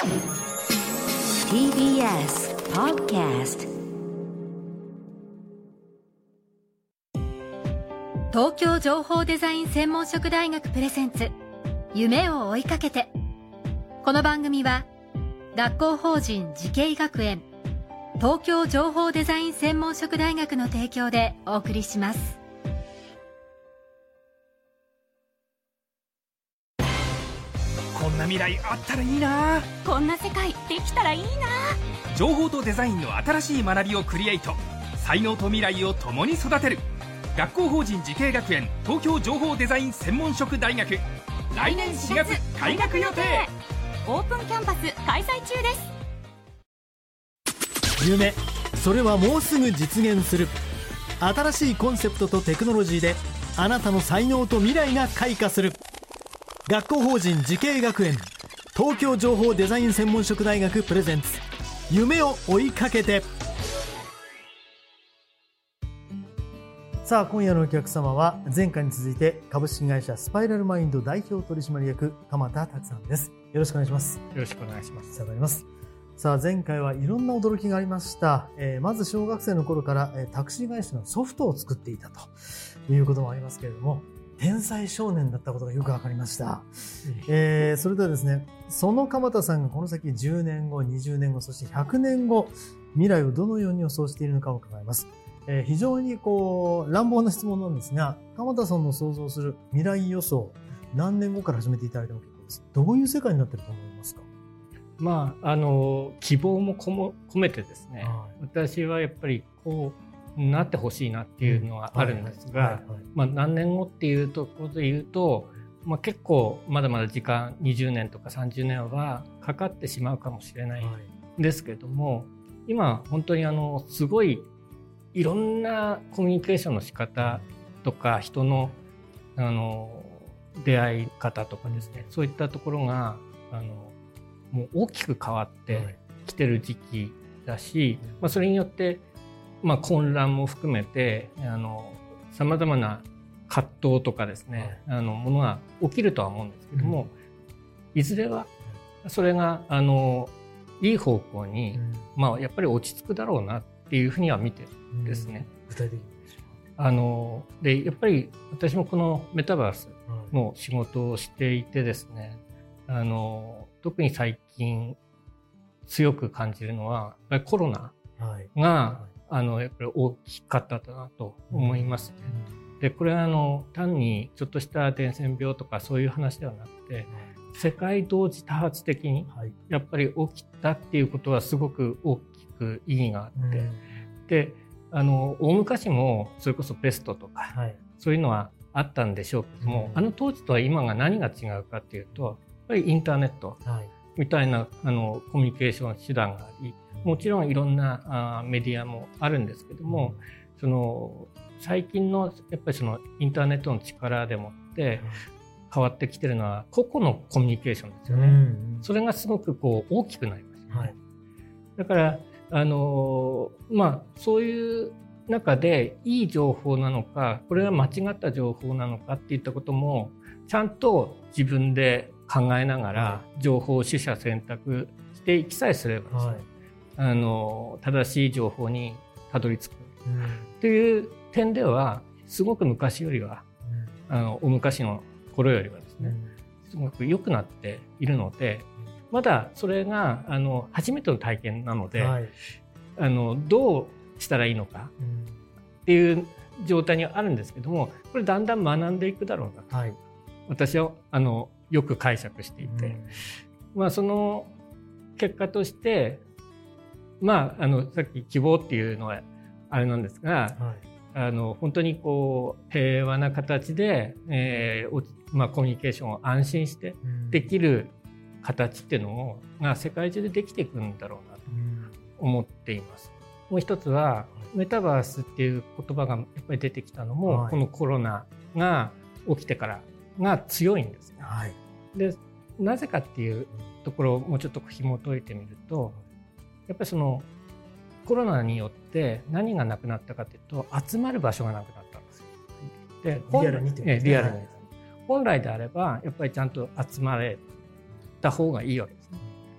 TBS Podcast。 東京情報デザイン専門職大学プレゼンツ、夢を追いかけて。この番組は学校法人慈恵学園、東京情報デザイン専門職大学の提供でお送りします。 こんな未来あったらいいな。 こんな世界できたらいいな。 情報とデザインの新しい学びをクリエイト。才能と未来を共に育てる。学校法人慈恵学園東京情報デザイン専門職大学、来年4月開学予定。 オープンキャンパス開催中です。 夢、それはもうすぐ実現する。新しいコンセプトとテクノロジーであなたの才能と未来が開花する。学校法人慈恵学園東京情報デザイン専門職大学プレゼンツ、夢を追いかけて。さあ、今夜のお客様は前回に続いて株式会社スパイラルマインド代表取締役鎌田拓さんです。よろしくお願いします。 よろしくお願いします。 お世話になります。さあ、前回はいろんな驚きがありました。まず小学生の頃からタクシー会社のソフトを作っていたということもありますけれども、天才少年だったことがよくわかりました。それではですね、その鎌田さんがこの先10年後、20年後、そして100年後、未来をどのように予想しているのかを伺います。非常に乱暴な質問なんですが、鎌田さんの想像する未来予想、何年後から始めていただいても結構です。どういう世界になっていると思いますか？ 希望も込めてですね、私はやっぱりこうなってほしいなっていうのはあるんですが、何年後っていうところで言うと、結構まだまだ時間20年とか30年はかかってしまうかもしれないんですけれども、今本当にすごいいろんなコミュニケーションの仕方とか人の出会い方とかですね、そういったところがもう大きく変わってきてる時期だし、それによって混乱も含めてさまざまな葛藤とかですね、ものが起きるとは思うんですけども、いずれはそれがいい方向に、やっぱり落ち着くだろうなっていうふうには見てるんですね。 具体的にでやっぱり私もこのメタバースの仕事をしていてですね、特に最近強く感じるのはやっぱりコロナが、やっぱり大きかったなと思いますね。でこれは単にちょっとした伝染病とかそういう話ではなくて、世界同時多発的にやっぱり起きたっていうことはすごく大きく意義があって、で大昔もそれこそペストとか、そういうのはあったんでしょうけども、当時とは今が何が違うかっていうと、やっぱりインターネットみたいなコミュニケーション手段があり、もちろんいろんなメディアもあるんですけども、最近のやっぱりインターネットの力でもって変わってきてるのは個々のコミュニケーションですよね。それがすごく大きくなりましたね。だからそういう中でいい情報なのか、これが間違った情報なのかっていったこともちゃんと自分で考えながら情報を取捨選択していきさえすればですね、正しい情報にたどり着くという点ではすごく昔よりは、お昔の頃よりはですね、すごく良くなっているので、まだそれが初めての体験なので、どうしたらいいのかっていう状態にはあるんですけども、これだんだん学んでいくだろうなと、私はよく解釈していて、その結果としてさっき希望っていうのはあれなんですが、本当に平和な形で、コミュニケーションを安心してできる形っていうのが世界中でできていくんだろうなと思っています。もう一つはメタバースっていう言葉がやっぱり出てきたのも、このコロナが起きてからが強いんですね。でなぜかっていうところをもうちょっと紐解いてみると、やっぱりコロナによって何がなくなったかというと、集まる場所がなくなったんですよ。でリアルにってことですね。 リアルに。本来であればやっぱりちゃんと集まれた方がいいわけですね。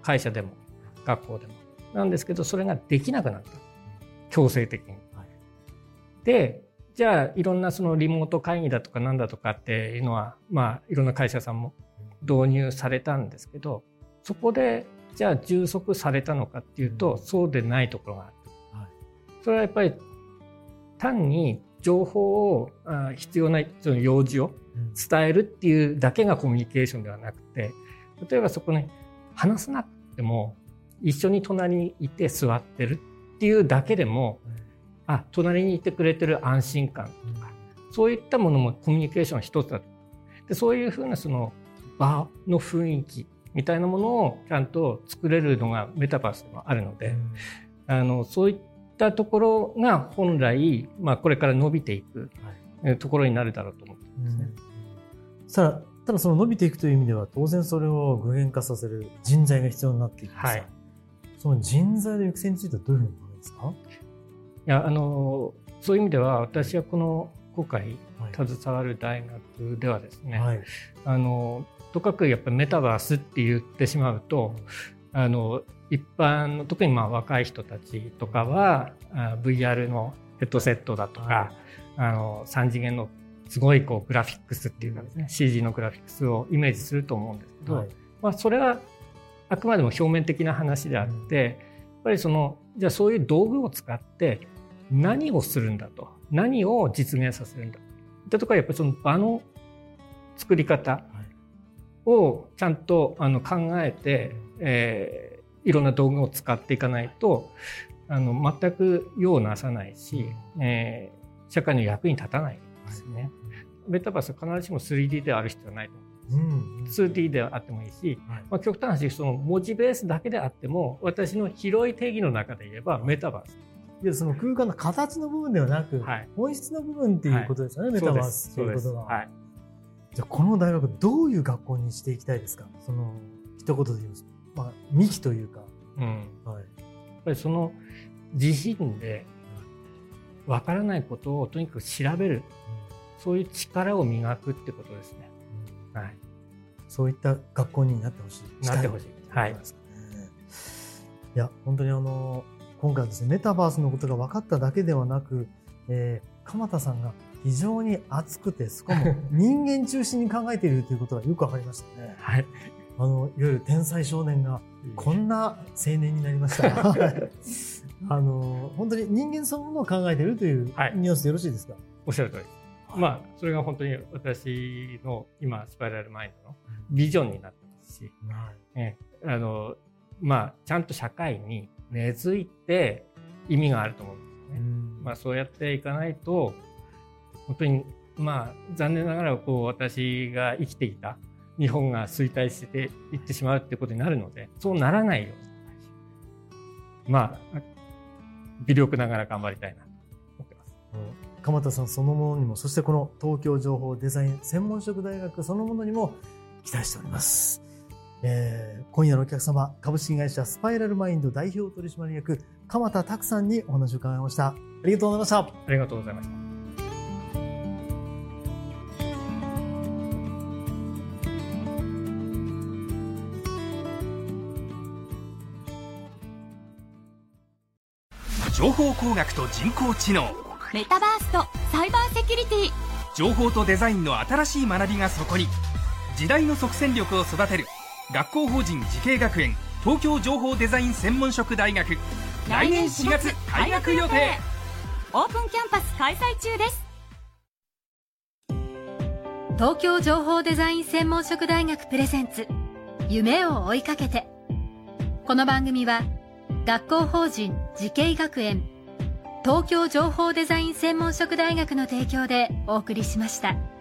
会社でも学校でもなんですけど、それができなくなった、強制的に。で、じゃあいろんなそのリモート会議だとかなんだとかっていうのは、いろんな会社さんも導入されたんですけど、そこでじゃあ充足されたのかっていうと、そうでないところがある。それはやっぱり単に情報を必要なその用事を伝えるっていうだけがコミュニケーションではなくて、例えばそこに話さなくても一緒に隣にいて座ってるっていうだけでも、隣にいてくれてる安心感とか、そういったものもコミュニケーションの一つだと。で、そういうふうなその場の雰囲気みたいなものをちゃんと作れるのがメタバースでもあるので、そういったところが本来、これから伸びていくところになるだろうと思ってますね。 ただその伸びていくという意味では、当然それを具現化させる人材が必要になっていきます。その人材の育成についてはどういうふうに思いますか？ いや、そういう意味では私はこの今回携わる大学ではですね、とかくやっぱりメタバースって言ってしまうと、一般の特に若い人たちとかはVR のヘッドセットだとか、3次元のすごいこうグラフィックスっていうかですね、 CG のグラフィックスをイメージすると思うんですけど、それはあくまでも表面的な話であって、やっぱりじゃあそういう道具を使って何をするんだと、何を実現させるんだといったところは、やっぱりその場の作り方をちゃんと考えて、いろんな道具を使っていかないと全く用をなさないし、社会の役に立たないですね。メタバースは必ずしも 3D である必要はないと思うんです。2D であってもいいし、極端な話、その文字ベースだけであっても、私の広い定義の中で言えばメタバース。 で、その空間の形の部分ではなく、本質の部分っていうことですよね、メタバースっていうことは。じゃあこの大学どういう学校にしていきたいですか？その一言で言います。幹というか、やっぱりその自身でわからないことをとにかく調べる、そういう力を磨くってことですね。そういった学校になってほしい。 なってほしい。 いや、本当に今回はですね、メタバースのことが分かっただけではなく、鎌田さんが非常に熱くて、しかも人間中心に考えているということがよく分かりましたね。いわゆる天才少年がこんな青年になりました。本当に人間そのものを考えているというニュアンスでよろしいですか？ おっしゃる通りです。それが本当に私の今スパイラルマインドのビジョンになってますし、ちゃんと社会に根付いて意味があると思うんですね。そうやっていかないと本当に残念ながら私が生きていた日本が衰退していってしまうっていうことになるので、そうならないように微力ながら頑張りたいなと思ってます。 鎌田さんそのものにも、そしてこの東京情報デザイン専門職大学そのものにも期待しております。今夜のお客様、株式会社スパイラルマインド代表取締役鎌田拓さんにお話を伺いました。ありがとうございました。 ありがとうございました。 情報工学と人工知能、 メタバースとサイバーセキュリティ、 情報とデザインの新しい学びがそこに。時代の即戦力を育てる学校法人慈恵学園東京情報デザイン専門職大学、来年4月開学予定。 オープンキャンパス開催中です。 東京情報デザイン専門職大学プレゼンツ、夢を追いかけて。この番組は学校法人慈恵学園東京情報デザイン専門職大学の提供でお送りしました。